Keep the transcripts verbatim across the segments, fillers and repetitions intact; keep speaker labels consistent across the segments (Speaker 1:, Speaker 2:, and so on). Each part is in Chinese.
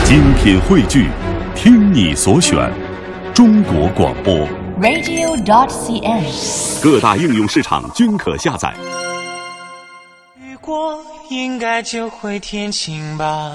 Speaker 1: 精品汇聚，听你所选，中国广播
Speaker 2: radio dot c n，
Speaker 1: 各大应用市场均可下载。
Speaker 3: 雨过应该就会天晴吧，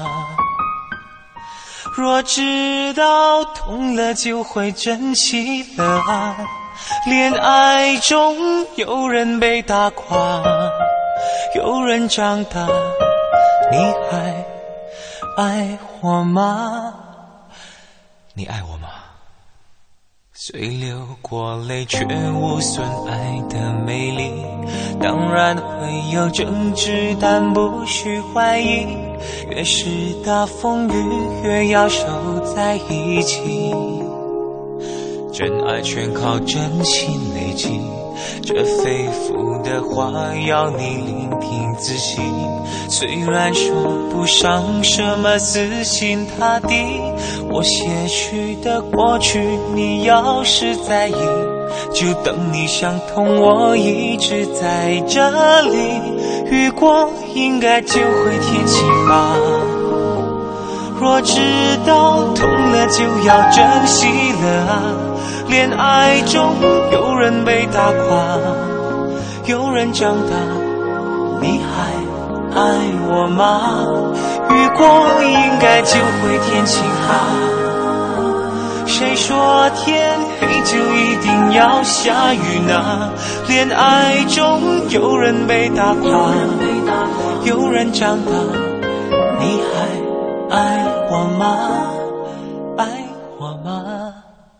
Speaker 3: 若知道痛了就会珍惜了啊，恋爱中有人被打垮，有人长大，你还爱我吗？你爱我吗？虽流过泪却无损爱的美丽，当然会有争执，但不需怀疑，越是大风雨越要守在一起，真爱全靠真心累积，这肺腑的话要你聆听仔细，虽然说不上什么死心塌地，我些许的过去你要是在意，就等你想通，我一直在这里，雨过应该就会天晴吧，若知道痛了就要珍惜了啊，恋爱中有人被打垮，有人长大，你还爱我吗？雨过应该就会天晴吧，谁说天黑就一定要下雨呢？恋爱中有人被打垮，有人长大，你还爱我吗？爱我吗？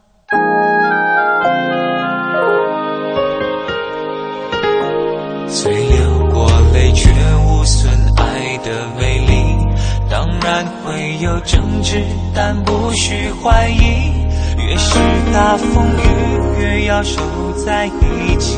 Speaker 3: 虽流过泪却无损爱的美丽，当然会有争执，但不需怀疑，越是大风雨越要守在一起，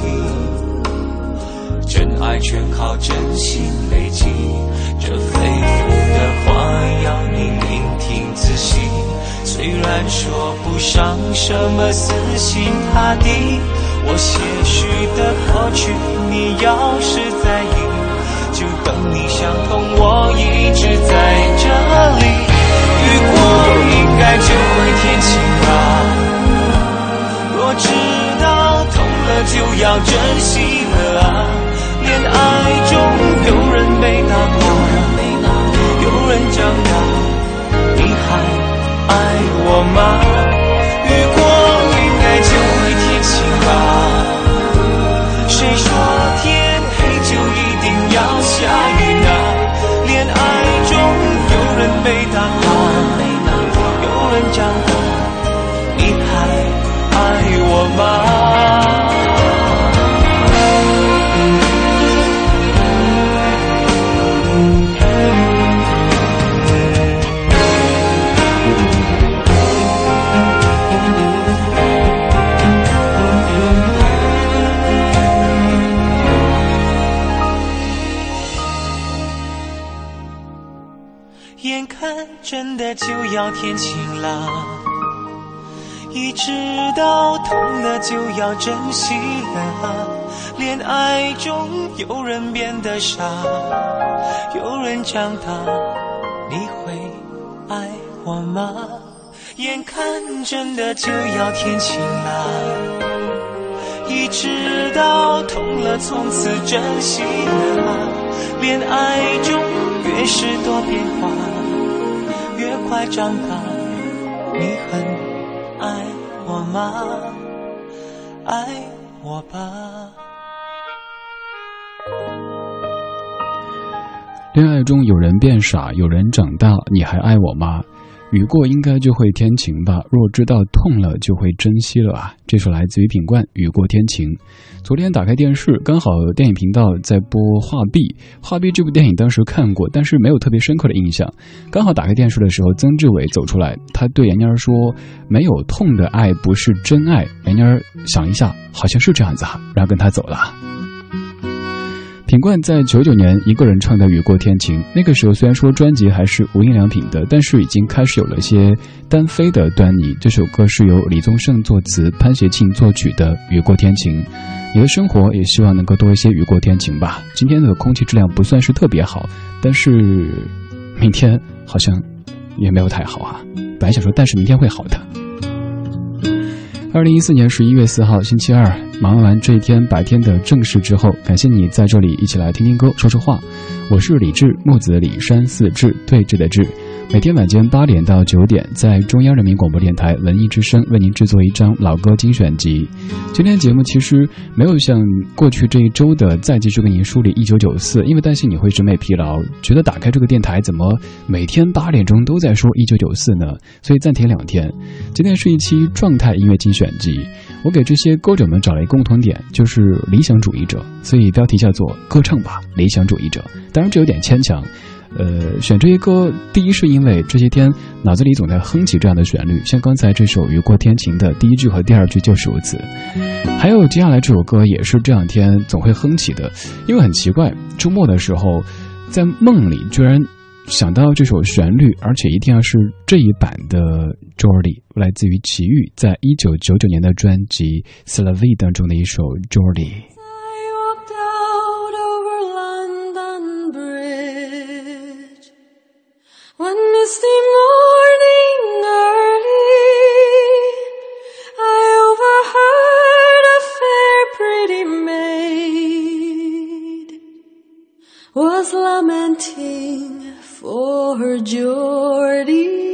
Speaker 3: 真爱全靠真心累积，这肺腑的话要你聆听仔细，虽然说不上什么死心塌地，我些许的过去你要是在意，就等你想通，我一直在这里，雨过应该就会天晴吧，若知道痛了就要珍惜了啊，恋爱中有人被打垮，有人长大，你还爱我吗？雨过应该就会天晴吧，谁说天黑就一定要下雨呢？恋爱中有人被打垮，有人长大，你还爱我吗？眼看真的就要天晴了，一知道痛了就要珍惜了，恋爱中有人变得傻，有人长大，你会爱我吗？眼看真的就要天晴了，一知道痛了从此珍惜了，恋爱中越是多变化，越快长大，你很爱我吗？爱我吧。
Speaker 4: 恋爱中有人变傻，有人长大，你还爱我吗？雨过应该就会天晴吧，若知道痛了就会珍惜了啊。这首来自于品冠，雨过天晴。昨天打开电视，刚好电影频道在播画壁，画壁这部电影当时看过，但是没有特别深刻的印象。刚好打开电视的时候，曾志伟走出来，他对闫妮儿说，没有痛的爱不是真爱。闫妮儿想一下，好像是这样子啊，然后跟他走了。品冠在九九年一个人唱的《雨过天晴》，那个时候虽然说专辑还是无印良品的，但是已经开始有了些单飞的端倪。这首歌是由李宗盛作词，潘协庆作曲的《雨过天晴》。你的生活也希望能够多一些雨过天晴吧。今天的空气质量不算是特别好，但是明天好像也没有太好啊。本来想说但是明天会好的。二零一四年十一月四号星期二，忙完这一天白天的正事之后，感谢你在这里一起来听听歌说说话。我是李志，木子李山寺志，对峙的志。每天晚间八点到九点，在中央人民广播电台文艺之声为您制作一张老歌精选集。今天节目其实没有像过去这一周的再继续跟您梳理一九九四，因为担心你会审美疲劳，觉得打开这个电台怎么每天八点钟都在说一九九四呢？所以暂停两天。今天是一期状态音乐精选集，我给这些歌者们找了一个共同点，就是理想主义者，所以标题叫做歌唱吧理想主义者。当然这有点牵强，呃，选这些歌，第一是因为这些天脑子里总在哼起这样的旋律，像刚才这首《雨过天晴》的第一句和第二句就是如此。还有接下来这首歌也是这两天总会哼起的，因为很奇怪，周末的时候在梦里居然想到这首旋律，而且一定要是这一版的 Jordy， 来自于齐豫在一九九九年的专辑《C'est la vie》当中的一首
Speaker 5: Jordy。One misty morning early, I overheard a fair pretty maid was lamenting for her Jordy.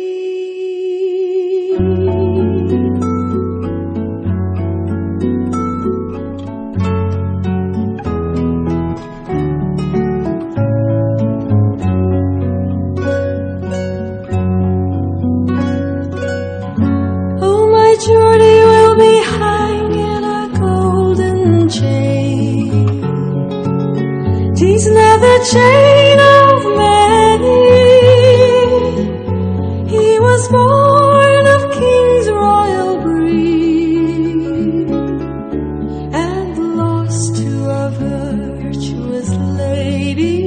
Speaker 5: Jordy will be hanging a golden chain. 'Tis not the chain of many. He was born of king's royal breed and lost to a virtuous lady.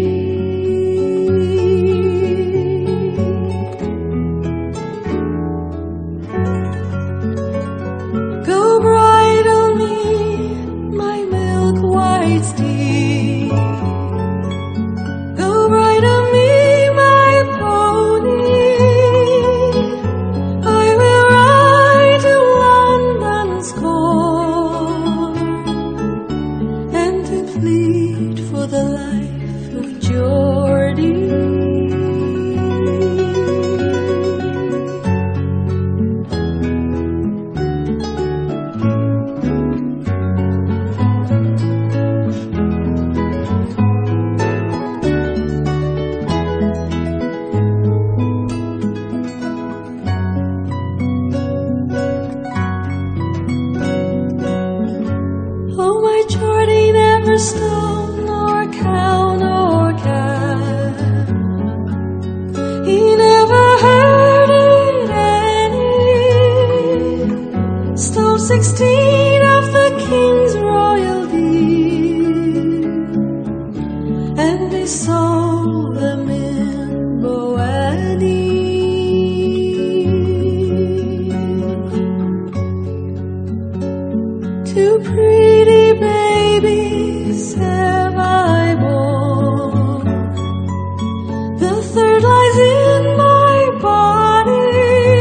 Speaker 5: Sixteen of the king's royal deer, and they sold them in Boadi. Two pretty babies have I born, the third lies in my body.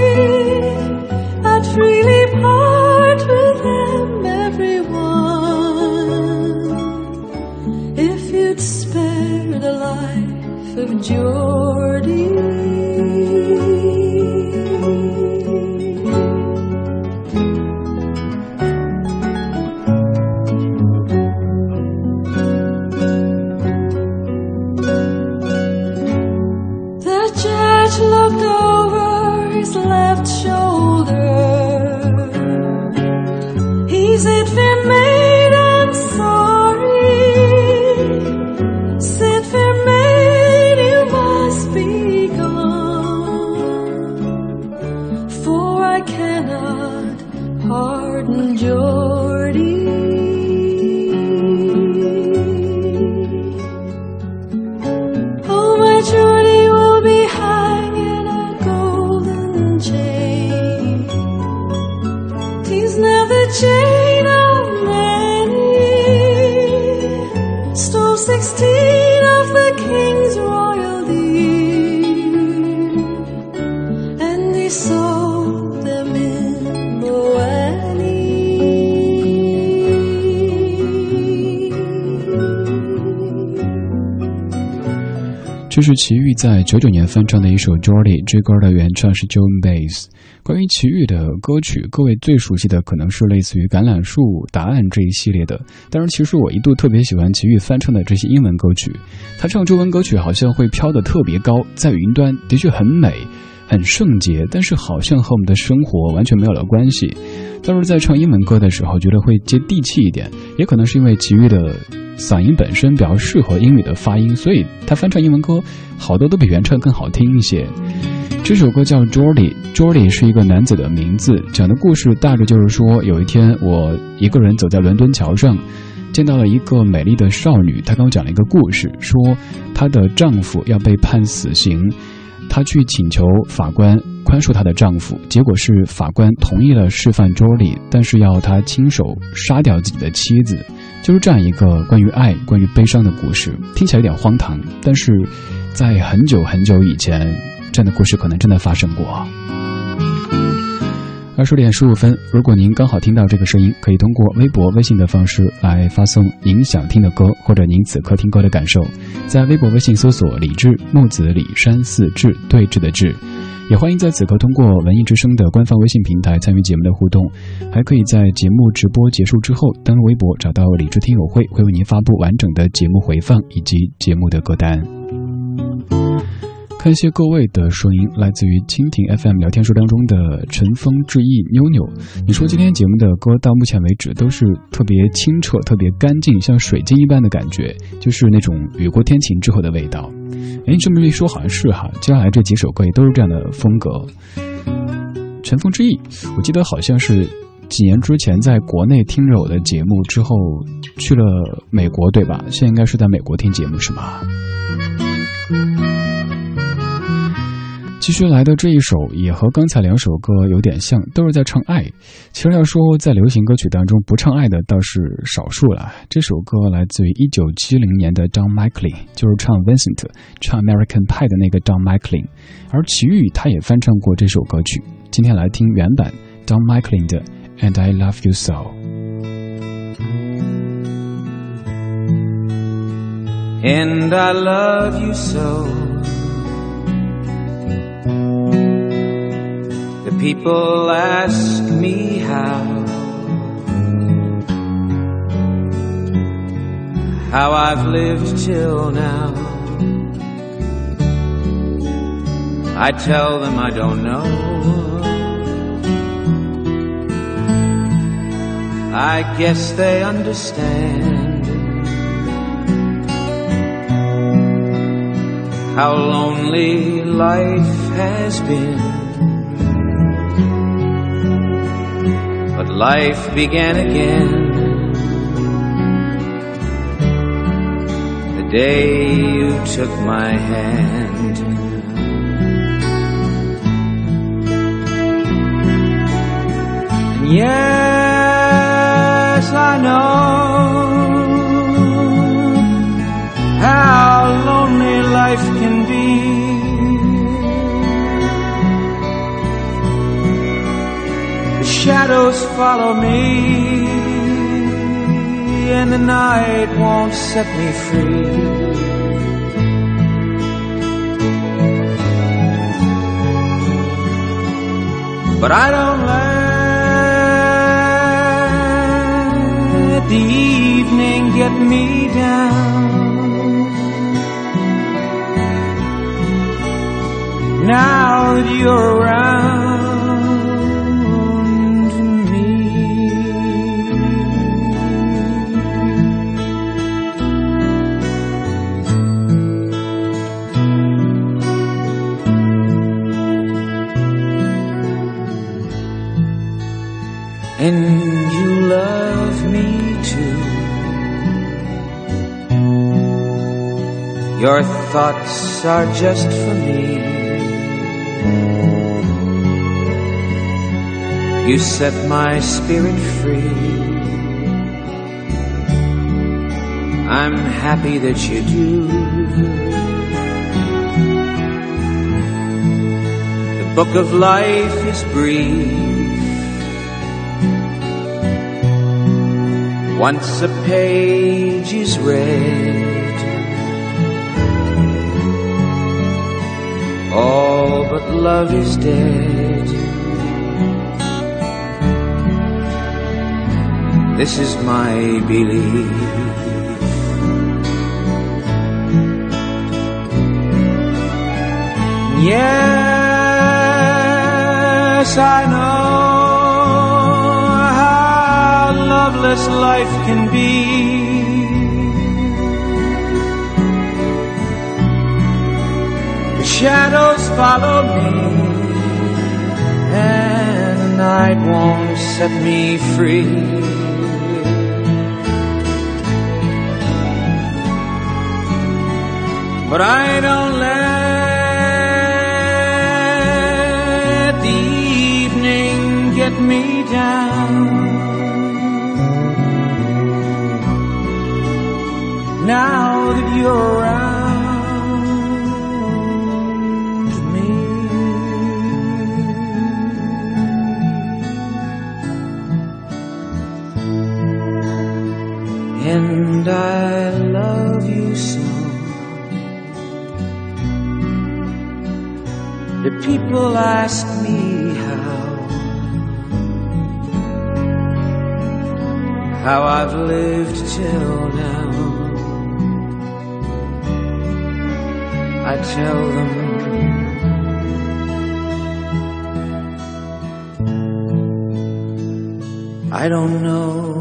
Speaker 5: I'd freely part with them, everyone, if you'd spare the life of Jordy. The judge looked over his left shoulder. He said, "Fair maid, I'm sorry." Said, "Fair maid, you must be gone, for I cannot pardon Jordy." Oh, my Jordy will be hanging a golden chain. 'Tis not the chain of saw them in Moani.
Speaker 4: 这是齐豫在九九年翻唱的一首《Jordy》，这歌的原唱是 Joan Baez。关于齐豫的歌曲，各位最熟悉的可能是类似于《橄榄树》《答案》这一系列的。当然，其实我一度特别喜欢齐豫翻唱的这些英文歌曲，他唱中文歌曲好像会飘得特别高，在云端的确很美。很圣洁，但是好像和我们的生活完全没有了关系。倒是在唱英文歌的时候，觉得会接地气一点，也可能是因为齐豫的嗓音本身比较适合英语的发音，所以他翻唱英文歌好多都比原唱更好听一些。这首歌叫 Jordy， Jordy 是一个男子的名字，讲的故事大致就是说，有一天我一个人走在伦敦桥上，见到了一个美丽的少女，她跟我讲了一个故事，说她的丈夫要被判死刑，她去请求法官宽恕她的丈夫，结果是法官同意了释放 Jordy， 但是要她亲手杀掉自己的妻子。就是这样一个关于爱、关于悲伤的故事，听起来有点荒唐，但是在很久很久以前，这样的故事可能真的发生过。二十点十五分，如果您刚好听到这个声音，可以通过微博、微信的方式来发送您想听的歌，或者您此刻听歌的感受。在微博、微信搜索李志，木子李山寺志，对峙的志。也欢迎在此刻通过文艺之声的官方微信平台参与节目的互动，还可以在节目直播结束之后登录微博找到李志听友会，会为您发布完整的节目回放以及节目的歌单。看一些各位的声音，来自于蜻蜓 F M 聊天说当中的尘封致意妞妞。你说今天节目的歌到目前为止都是特别清澈、特别干净，像水晶一般的感觉，就是那种雨过天晴之后的味道。哎，这么一说好像是哈，接下来这几首歌也都是这样的风格。尘封致意，我记得好像是几年之前在国内听着我的节目之后去了美国，对吧？现在应该是在美国听节目是吗？继续来的这一首也和刚才两首歌有点像，都是在唱爱。其实要说在流行歌曲当中不唱爱的倒是少数了。这首歌来自于一九七零年的 Don McLean， 就是唱 Vincent 唱 American Pie 的那个 Don McLean， 而齐豫他也翻唱过这首歌曲。今天来听原版 Don McLean 的 And I Love You So。
Speaker 3: And I love you so, people ask me how, how I've lived till now. I tell them I don't know. I guess they understand how lonely life has been. But life began again the day you took my hand. And yes, I know how lonely life can be. Shadows follow me, and the night won't set me free. But I don't let the evening get me down. Now that you're around, and you love me too. Your thoughts are just for me. You set my spirit free. I'm happy that you do. The
Speaker 6: book of life is brief. Once a page is read, all but love is dead. This is my belief. Yes, I know how loveless life can be. The shadows follow me, and the night won't set me free. But I don't let the evening get me down. Now that you're around me, and I love you so. The people ask me how, how I've lived till now. I tell them I don't know.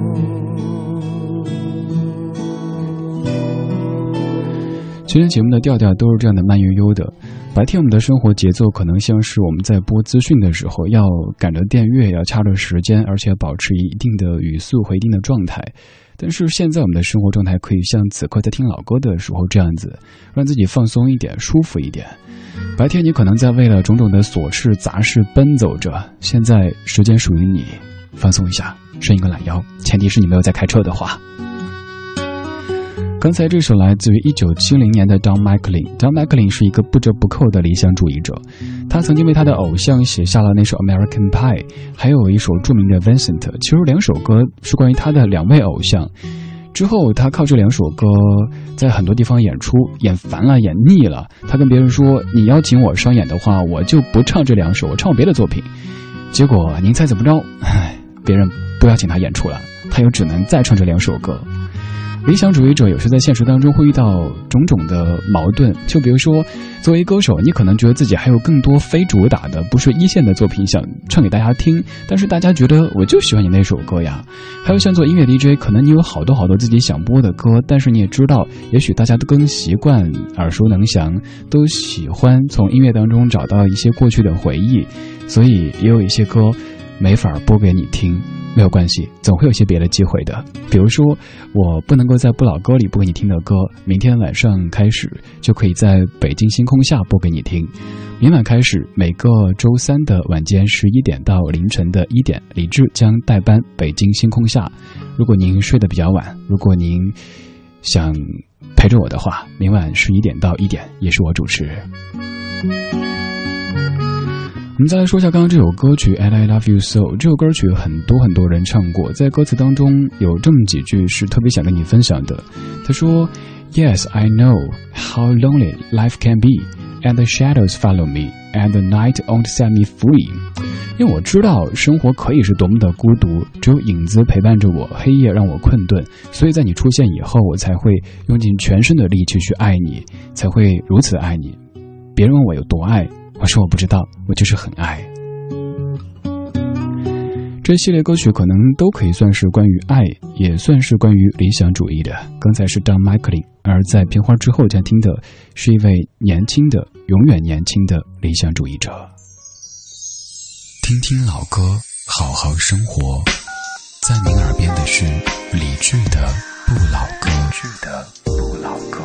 Speaker 4: 今天节目的调调都是这样的慢悠悠的。白天我们的生活节奏可能像是我们在播资讯的时候要赶着电乐，要掐着时间，而且要保持一定的语速和一定的状态。但是现在我们的生活状态可以像此刻在听老歌的时候这样子，让自己放松一点，舒服一点。白天你可能在为了种种的琐事杂事奔走着，现在时间属于你，放松一下，伸一个懒腰，前提是你没有在开车的话。刚才这首来自于一九七零年的 Don McLean。 Don McLean 是一个不折不扣的理想主义者，他曾经为他的偶像写下了那首 American Pie， 还有一首著名的 Vincent。 其实两首歌是关于他的两位偶像。之后他靠这两首歌在很多地方演出，演烦了演腻了，他跟别人说，你邀请我商演的话，我就不唱这两首，我唱我别的作品。结果您猜怎么着？别人不邀请他演出了，他又只能再唱这两首歌。理想主义者有时在现实当中会遇到种种的矛盾，就比如说作为歌手，你可能觉得自己还有更多非主打的不是一线的作品想唱给大家听，但是大家觉得我就喜欢你那首歌呀。还有像做音乐 D J， 可能你有好多好多自己想播的歌，但是你也知道也许大家都更习惯耳熟能详，都喜欢从音乐当中找到一些过去的回忆，所以也有一些歌没法播给你听。没有关系，总会有些别的机会的。比如说我不能够在不老歌里播给你听的歌，明天晚上开始就可以在北京星空下播给你听。明晚开始，每个周三的晚间十一点到凌晨的一点，李志将代班北京星空下。如果您睡得比较晚，如果您想陪着我的话，明晚十一点到一点也是我主持。我们再来说一下刚刚这首歌曲 And I Love You So。 这首歌曲很多很多人唱过，在歌词当中有这么几句是特别想跟你分享的。他说 Yes, I know how lonely life can be, and the shadows follow me, and the night won't set me free。 因为我知道生活可以是多么的孤独，只有影子陪伴着我，黑夜让我困顿，所以在你出现以后，我才会用尽全身的力气去爱你，才会如此爱你。别人问我有多爱，我说我不知道，我就是很爱。这系列歌曲可能都可以算是关于爱，也算是关于理想主义的。刚才是 Don McLean， 而在片花之后将听的是一位年轻的永远年轻的理想主义者。听听老歌，好好生活。在您耳边的是理智的不老歌。理智的不老歌。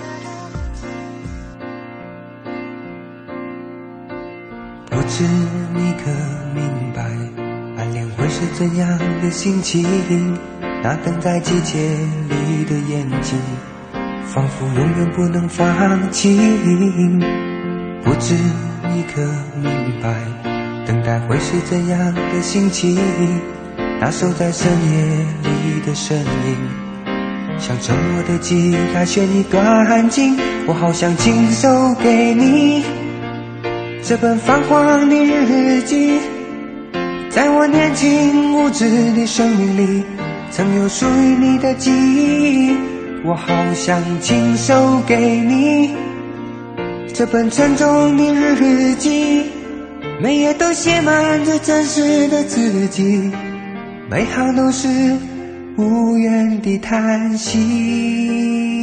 Speaker 7: 不知你可明白，暗恋会是怎样的心情？那等在季节里的眼睛，仿佛永远不能放弃。不知你可明白，等待会是怎样的心情？那守在深夜里的身影，像沉默的吉他弦一段安静，我好想亲手给你这本泛黄的日记。在我年轻无知的生命里，曾有属于你的记忆，我好想亲手给你这本沉重的日记，每页都写满着真实的自己，每行都是无言的叹息。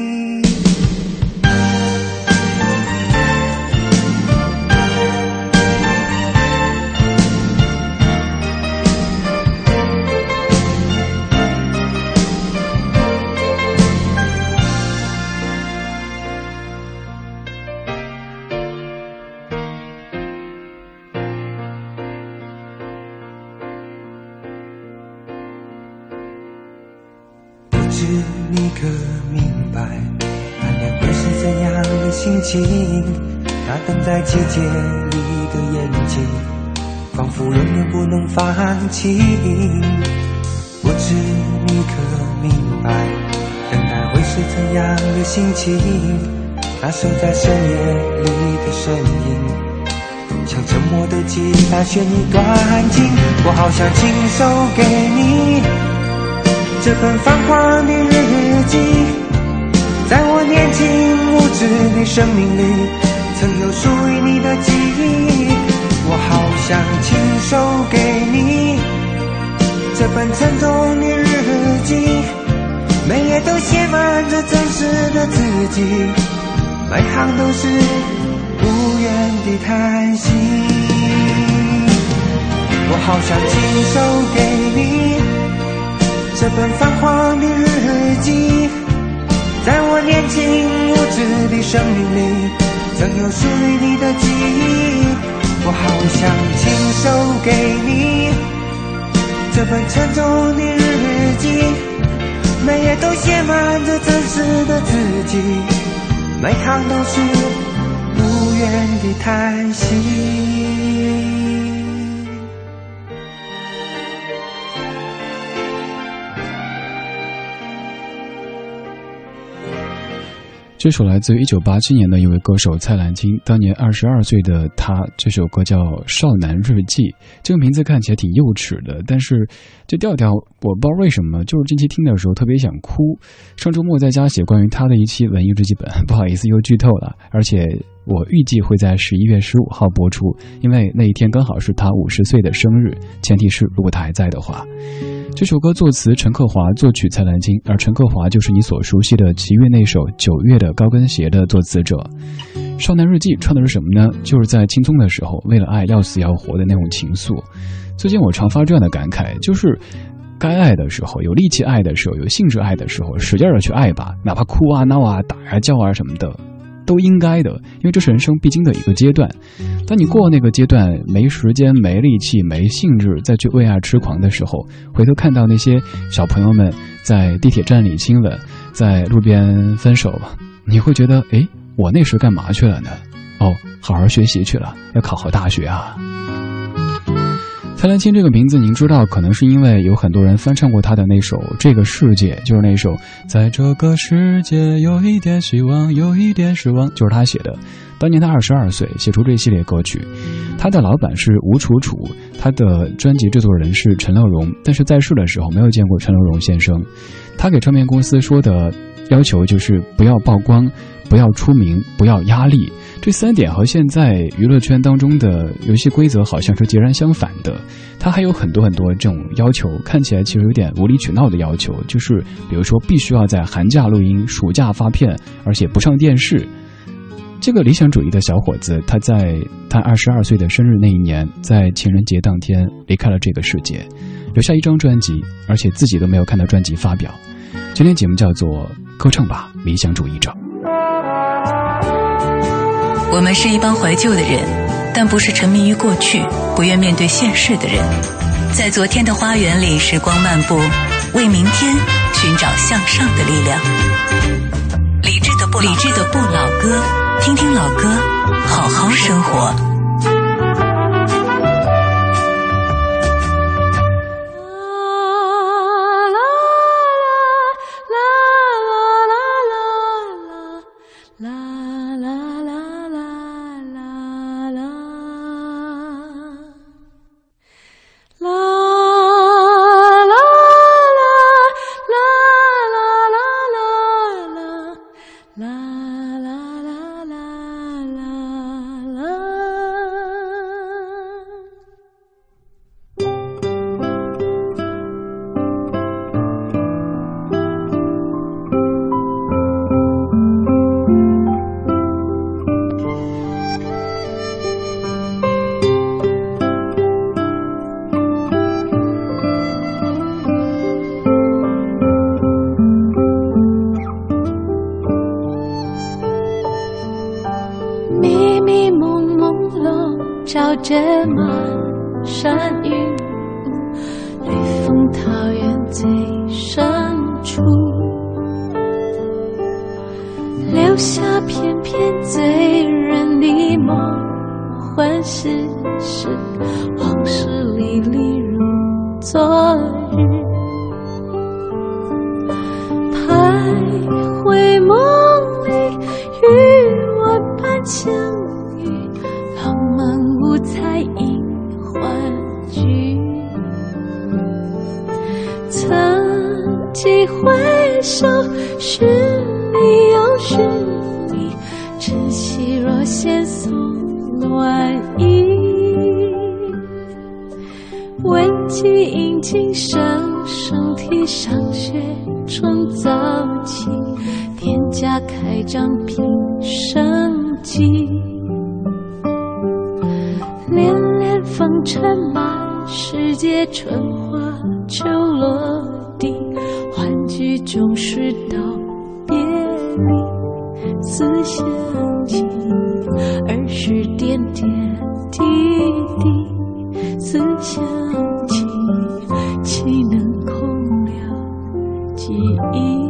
Speaker 7: 是你可明白，暗恋会是怎样的心情？那等在季节里的眼睛，仿佛永远不能放弃。不知你可明白，等待会是怎样的心情？那守在深夜里的身影，像沉默的吉他弦一段安静，我好想亲手给你这本泛黄的日记，在我年轻无知的生命里，曾有属于你的记忆，我好想亲手给你这本沉重的日记，每页都写满着真实的自己，每行都是无言的叹息。我好想亲手给你这本泛黄的日记，在我年轻无知的生命里，曾有属于你的记忆，我好想亲手给你这本沉重的日记，每页都写满着真实的自己，每行都是无言的叹息。
Speaker 4: 这首来自于一九八七年的一位歌手蔡澜清，当年二十二岁的他，这首歌叫《少男日记》。这个名字看起来挺幼稚的，但是这调调我不知道为什么，就是近期听的时候特别想哭。上周末在家写关于他的一期文艺日记本，不好意思又剧透了，而且我预计会在十一月十五号播出，因为那一天刚好是他五十岁的生日，前提是如果他还在的话。这首歌作词陈克华，作曲蔡澜清，而陈克华就是你所熟悉的齐豫那首《九月的高跟鞋》的作词者。少男日记唱的是什么呢？就是在青葱的时候为了爱要死要活的那种情愫。最近我常发这样的感慨，就是该爱的时候，有力气爱的时候，有兴致爱的时候，使劲的去爱吧，哪怕哭啊闹啊打啊叫啊什么的都应该的，因为这是人生必经的一个阶段。当你过那个阶段没时间没力气没兴致再去为爱痴狂的时候，回头看到那些小朋友们在地铁站里亲吻，在路边分手，你会觉得诶，我那时干嘛去了呢？哦，好好学习去了，要考好大学啊。蔡澜清这个名字您知道，可能是因为有很多人翻唱过他的那首《这个世界》，就是那首在这个世界有一点希望有一点失望，就是他写的。当年他二十二岁写出这系列歌曲，他的老板是吴楚楚，他的专辑制作人是陈乐融，但是在世的时候没有见过陈乐融先生。他给唱片公司说的要求就是不要曝光，不要出名，不要压力，这三点和现在娱乐圈当中的游戏规则好像是截然相反的。他还有很多很多这种要求，看起来其实有点无理取闹的要求，就是比如说必须要在寒假录音，暑假发片，而且不上电视。这个理想主义的小伙子，他在他二十二岁的生日那一年，在情人节当天离开了这个世界，留下一张专辑，而且自己都没有看到专辑发表。今天节目叫做《歌唱吧，理想主义者》。
Speaker 2: 我们是一帮怀旧的人，但不是沉迷于过去，不愿面对现实的人。在昨天的花园里时光漫步，为明天寻找向上的力量。理智的不理智的不老歌，听听老歌， 好好生活。
Speaker 5: 照着满山云雾，雷峰桃源最深处，留下片片醉人的梦，欢喜是往事历历如昨日，徘徊梦里与我伴相遇，浪漫五彩映欢聚，曾几回首是你又是你，晨曦若线送暖意，问鸡引琴声声啼上学春早起，店家开张品生计，恋恋风尘满世界，春花秋落地，欢聚中是道别离，思乡起，儿时点点滴滴，思乡起，岂能空留记忆。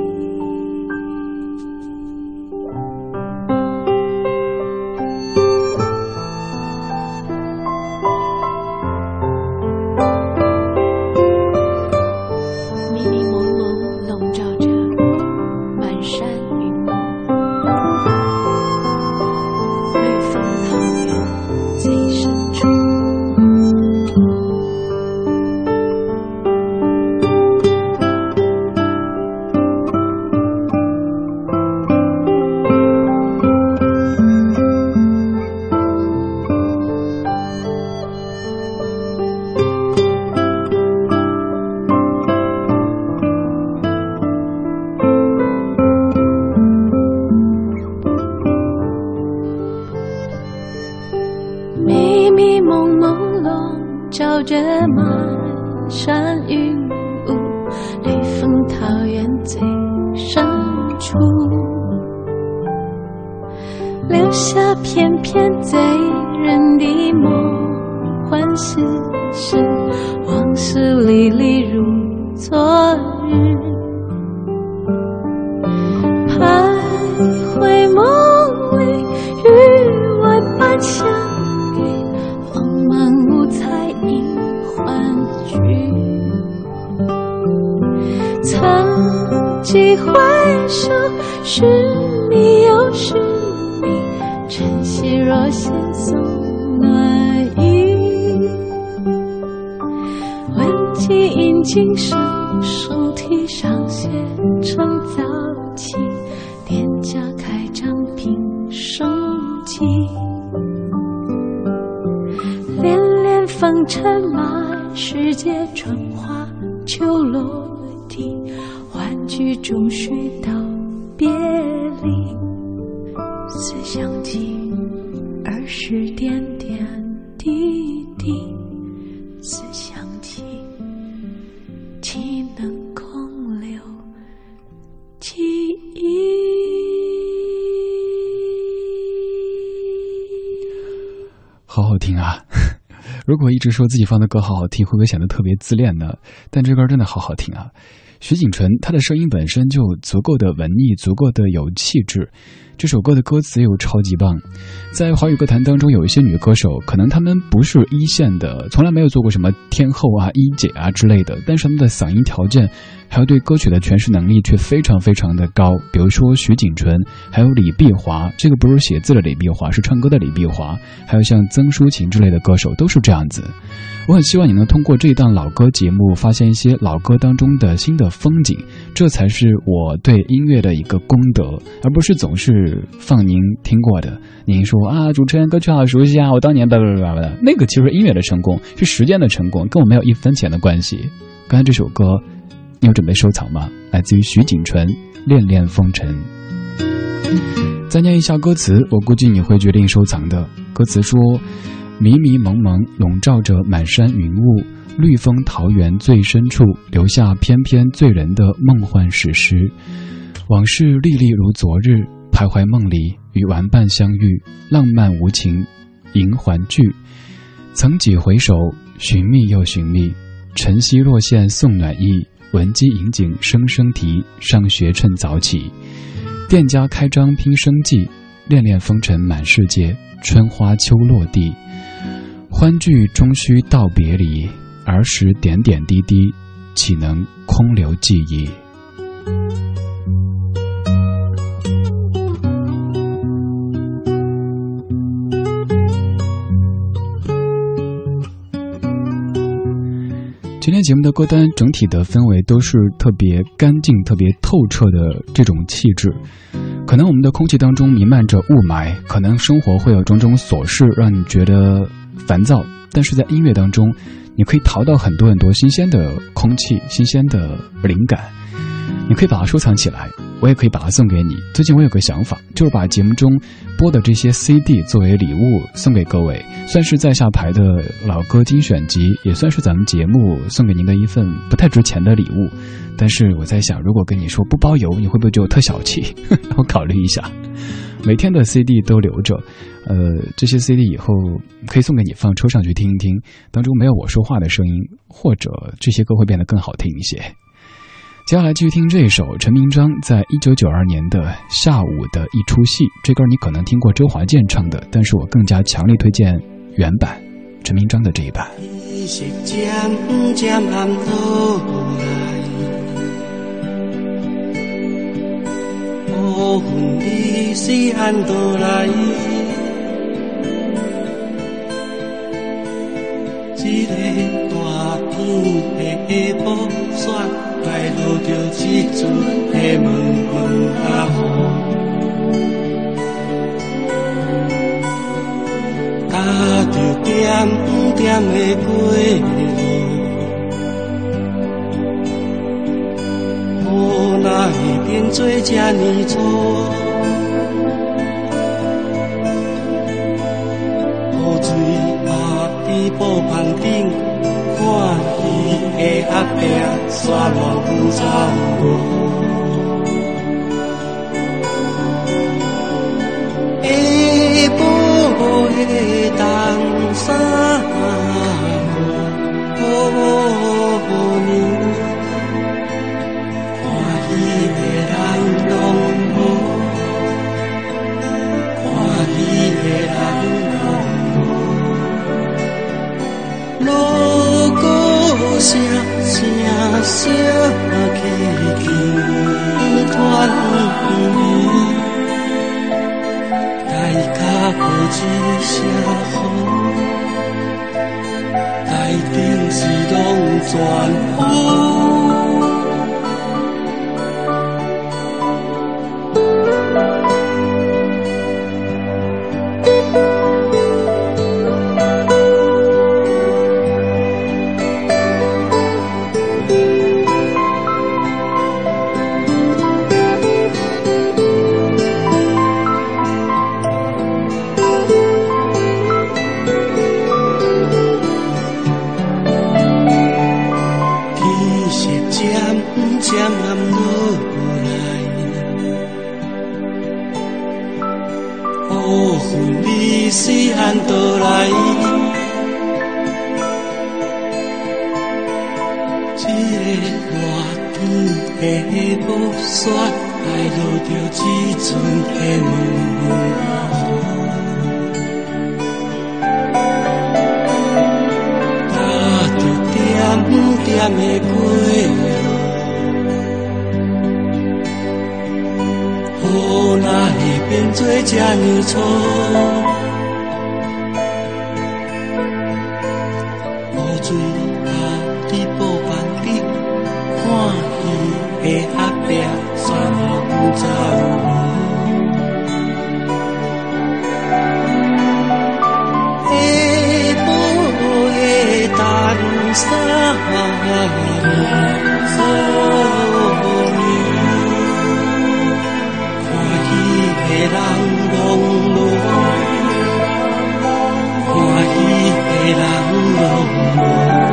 Speaker 5: 照着满山云雾，雷峰桃源最深处，留下片片醉人的梦，欢喜是往事历历如昨日，徘徊梦里与我伴相遇，浪漫五彩映欢聚，曾几回首是你又是你，晨曦若线送暖意，问鸡引琴声声啼上学春早起，店家开张品生计，恋恋风尘满世界，春花秋落地，欢聚中须道别离，思乡起，儿时点点滴滴，思乡起，岂能空留记忆。
Speaker 4: 好好听啊！如果一直说自己放的歌好好听，会不会显得特别自恋呢？但这歌真的好好听啊！徐锦纯他的声音本身就足够的文艺，足够的有气质， 这首歌的歌词又超级棒。在华语歌坛当中，有一些女歌手，可能她们不是一线的，从来没有做过什么天后啊、一姐啊之类的，但是她们的嗓音条件还有对歌曲的诠释能力却非常非常的高。比如说徐锦纯，还有李碧华，这个不是写字的李碧华，是唱歌的李碧华，还有像曾淑琴之类的歌手都是这样子。我很希望你能通过这一档老歌节目发现一些老歌当中的新的风景，这才是我对音乐的一个功德，而不是总是放您听过的。您说啊，主持人歌曲好熟悉啊，我当年叭叭叭叭的，那个其实音乐的成功是时间的成功，跟我没有一分钱的关系。刚才这首歌你有准备收藏吗？来自于徐锦纯《恋恋风尘》。再念一下歌词，我估计你会决定收藏的。歌词说，迷迷蒙蒙笼罩着满山云雾，绿风桃源最深处，留下翩翩醉人的梦幻史诗。往事历历如昨日，徘徊梦里与玩伴相遇，浪漫无情迎还聚。曾几回首，寻觅又寻觅，晨曦若现送暖意，闻鸡引颈声声啼，上学趁早起。店家开张拼生计，恋恋风尘满世界，春花秋落地。欢聚终须道别离，儿时点点滴滴，岂能空留记忆。今天节目的歌单整体的氛围都是特别干净、特别透彻的这种气质。可能我们的空气当中弥漫着雾霾，可能生活会有种种琐事让你觉得烦躁，但是在音乐当中你可以淘到很多很多新鲜的空气、新鲜的灵感，你可以把它收藏起来，我也可以把它送给你。最近我有个想法，就是把节目中播的这些 C D 作为礼物送给各位，算是在下排的老歌精选集，也算是咱们节目送给您的一份不太值钱的礼物。但是我在想，如果跟你说不包邮，你会不会觉得我特小气？我考虑一下。每天的 C D 都留着，呃，这些 C D 以后可以送给你，放车上去听一听，当中没有我说话的声音，或者这些歌会变得更好听一些。接下来继续听这一首陈明章在一九九二年的下午的一出戏，这歌你可能听过周华健唱的，但是我更加强力推荐原版陈明章的这一版。
Speaker 8: 日色渐渐暗落来，乌云日时暗倒来，一个大片的下晡雪来落着一阵的蒙蒙啊雨，踏着点点的过路，雨哪会变做这呢粗？雨水压伫布棚顶，看伊的后壁沙乱不走路。下晡的东山河，牛看伊的人拢无，看伊的人拢无，路过声声声起起团圆。大家无一声雨，台顶是拢全雨。 点的过路，雨哪会变做这样粗？雨水下你步板底，看戏的阿伯山风走无。单衫送你，欢喜的人拢无，欢喜的人拢无。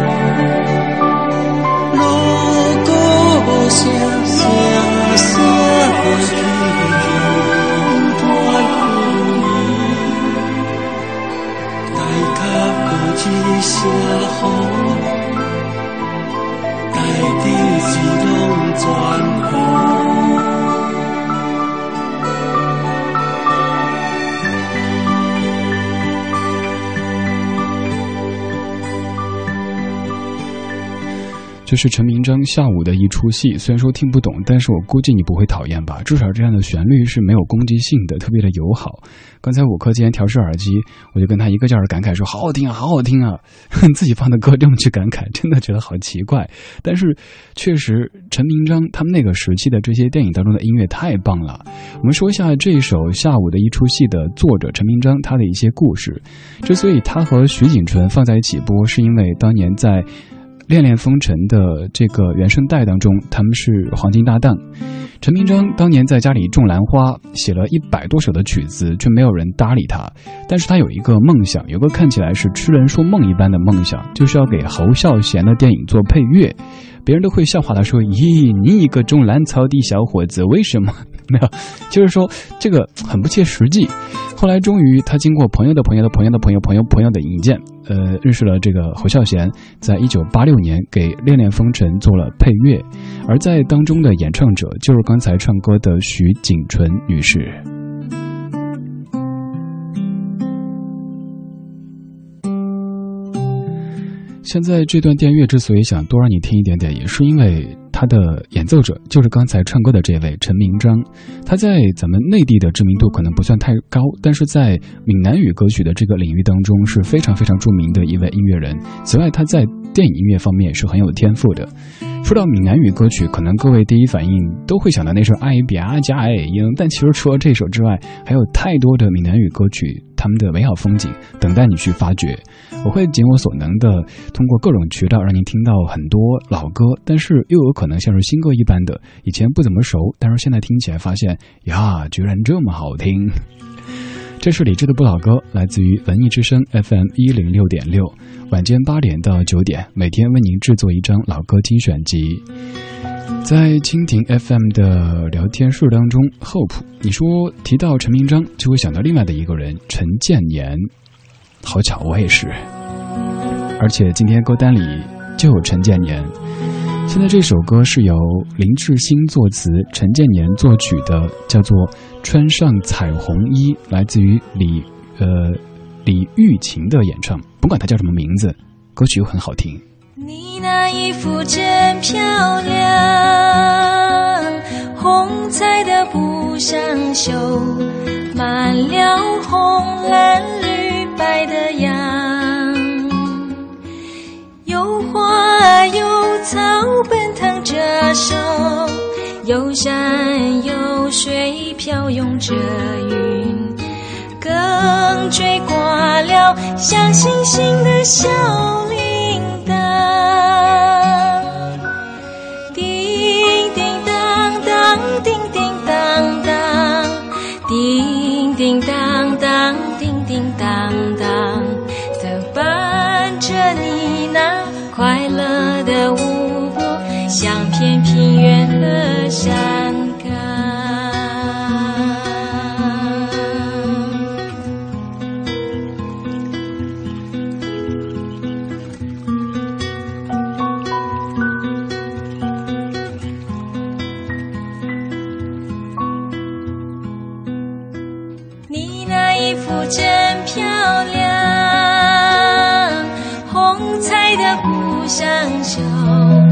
Speaker 8: 如果声声声去断开，大家无一声雨，大地是拢全雨。
Speaker 4: 这是陈明章下午的一出戏，虽然说听不懂，但是我估计你不会讨厌吧，至少这样的旋律是没有攻击性的，特别的友好。刚才五课间调试耳机，我就跟他一个劲儿感慨说好好听啊，好好听啊，自己放的歌这么去感慨，真的觉得好奇怪。但是确实陈明章他们那个时期的这些电影当中的音乐太棒了。我们说一下这一首下午的一出戏的作者陈明章他的一些故事。之所以他和徐锦纯放在一起播，是因为当年在恋恋风尘的这个原声带当中，他们是黄金搭档。陈明章当年在家里种兰花，写了一百多首的曲子，却没有人搭理他。但是他有一个梦想，有个看起来是痴人说梦一般的梦想，就是要给侯孝贤的电影做配乐。别人都会笑话他说：“咦，你一个种兰草的小伙子，为什么？”没有，就是说这个很不切实际。后来终于他经过朋友的朋友的朋友的朋友朋友朋友的引荐，呃，认识了这个侯孝贤，在一九八六年给《恋恋风尘》做了配乐，而在当中的演唱者就是刚才唱歌的徐锦纯女士。现在这段电乐之所以想多让你听一点点，也是因为他的演奏者就是刚才唱歌的这位陈明章。他在咱们内地的知名度可能不算太高，但是在闽南语歌曲的这个领域当中是非常非常著名的一位音乐人。此外他在电影音乐方面也是很有天赋的。说到闽南语歌曲，可能各位第一反应都会想到那首爱比阿加爱英，但其实除了这首之外，还有太多的闽南语歌曲，他们的美好风景等待你去发掘。我会尽我所能的通过各种渠道让您听到很多老歌，但是又有可能像是新歌一般的，以前不怎么熟，但是现在听起来发现呀，居然这么好听。这是理智的不老歌，来自于文艺之声 F M 一零六点六，晚间八点到九点，每天为您制作一张老歌精选集。在蜻蜓 F M 的聊天室当中 ，Hope 你说提到陈明章，就会想到另外的一个人陈建年，好巧，我也是。而且今天歌单里就有陈建年。现在这首歌是由林志兴作词，陈建年作曲的，叫做《穿上彩虹衣》，来自于李呃李玉琴的演唱。甭管他叫什么名字，歌曲又很好听。
Speaker 5: 你那衣服真漂亮，红彩的布上绣满了红蓝绿白的样，有花有草奔腾着手，有山有水飘涌着云，更追挂了像星星的小铃铛，叮叮当当，叮叮当当，叮叮当当，叮叮当当的伴着你那快乐的舞步，像片平原和山岗。你那衣服真漂亮，红彩的布上绣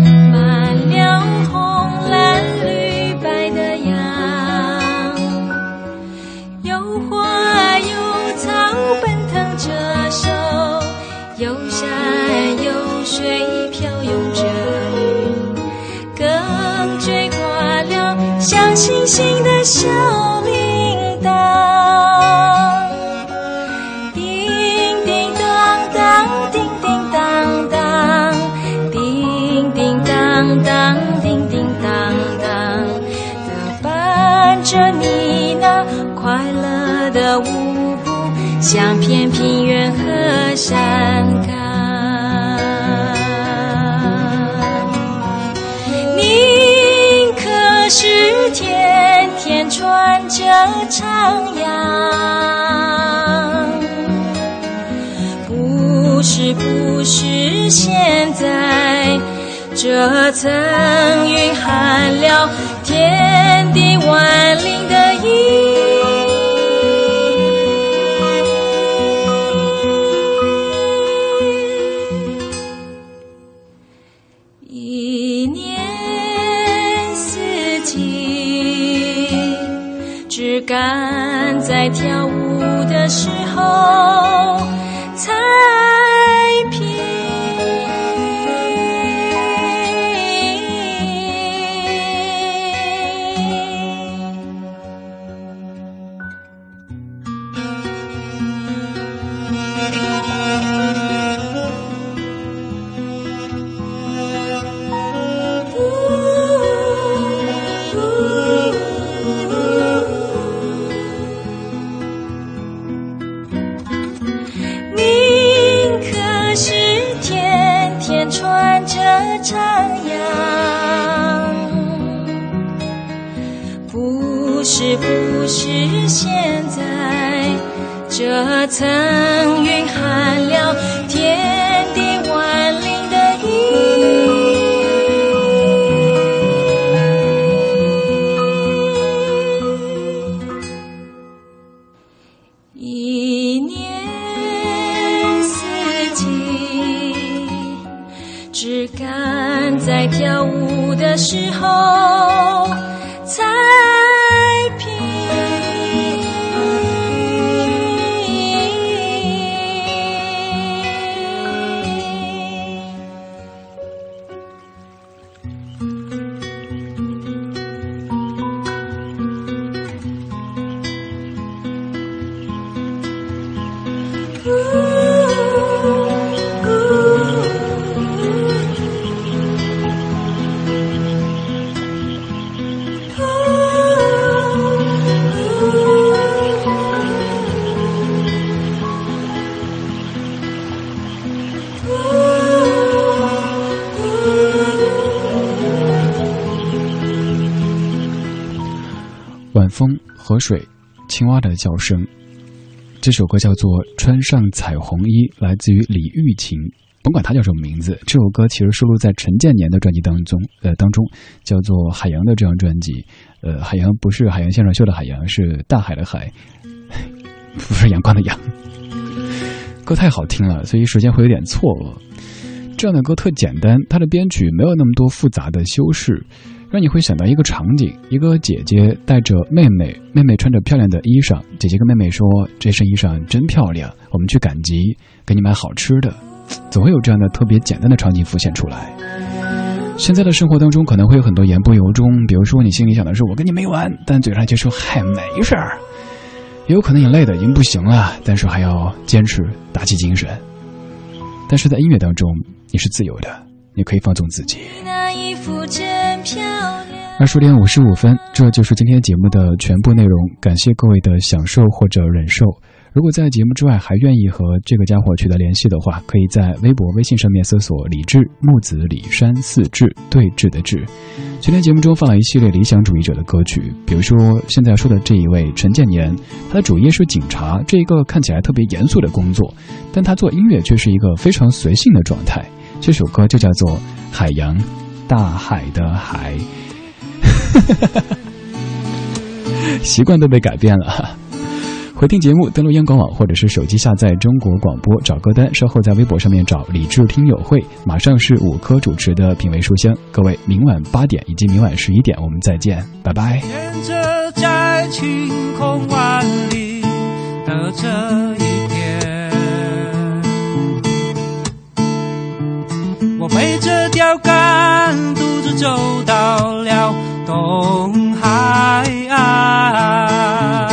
Speaker 5: 有山有水飘涌着云，更追挂了像星星的小铃铛。叮叮当当，叮叮当当，叮叮当当，叮叮当当，的伴着你那快乐的舞步，像片平原和山岗。宁可是天天穿着长洋，不是不是现在这层云含了天地万灵的意。一年四季，只赶在跳舞的时候才平。穿着长洋，不是不是现在这层云含了天地万灵的意。一年四季，只赶在跳舞的时候才平。
Speaker 4: 晚风、河水、青蛙的叫声。这首歌叫做《穿上彩虹衣》，来自于李玉琴。甭管他叫什么名字，这首歌其实收录在陈建年的专辑当中，呃，当中叫做《海洋》的这张专辑。呃，海洋不是海洋现场秀的海洋，是大海的海，不是阳光的阳。歌太好听了，所以时间会有点错愕。这样的歌特简单，它的编曲没有那么多复杂的修饰，让你会想到一个场景，一个姐姐带着妹妹，妹妹穿着漂亮的衣裳，姐姐跟妹妹说：“这身衣裳真漂亮，我们去赶集，给你买好吃的。”总会有这样的特别简单的场景浮现出来。现在的生活当中可能会有很多言不由衷，比如说你心里想的是我跟你没完，但嘴上却说嗨没事儿。也有可能你累的已经不行了，但是还要坚持打起精神。但是在音乐当中你是自由的，你可以放纵自己。
Speaker 5: 那衣服真漂亮。
Speaker 4: 二十点五十五分，这就是今天节目的全部内容。感谢各位的享受或者忍受。如果在节目之外还愿意和这个家伙取得联系的话，可以在微博、微信上面搜索李志，木子李山四志，对峙的志。今天节目中放了一系列理想主义者的歌曲，比如说现在说的这一位陈建年，他的主业是警察，这一个看起来特别严肃的工作，但他做音乐却是一个非常随性的状态。这首歌就叫做《海洋》，大海的海。习惯都被改变了。回听节目，登录央广网或者是手机下载中国广播，找歌单，稍后在微博上面找李志听友会。马上是五科主持的品味书香，各位明晚八点以及明晚十一点我们再见，拜拜。
Speaker 8: 沿着在晴空万里的这一天， 我背着钓竿，独自走到了东海岸，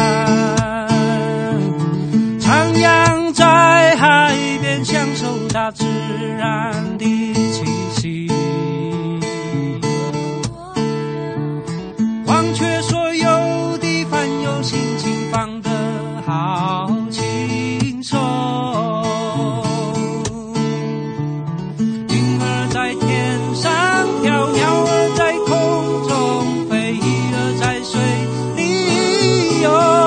Speaker 8: 徜徉在海边，享受大自然的气息，忘却所有的烦忧，心情放得好轻松。云儿在天上飘，鸟儿在空中飞，鱼儿在水里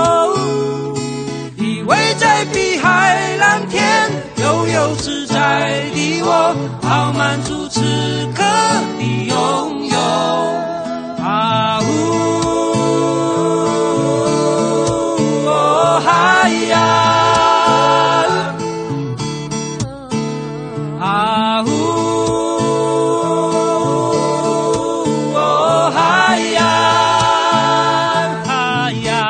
Speaker 8: 游，依偎在碧海蓝天，悠悠自在的我，好满足此刻的拥有。啊呜哦海洋，啊呜哦海洋，海洋。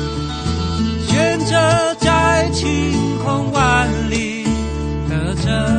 Speaker 8: 选择在晴空万里的这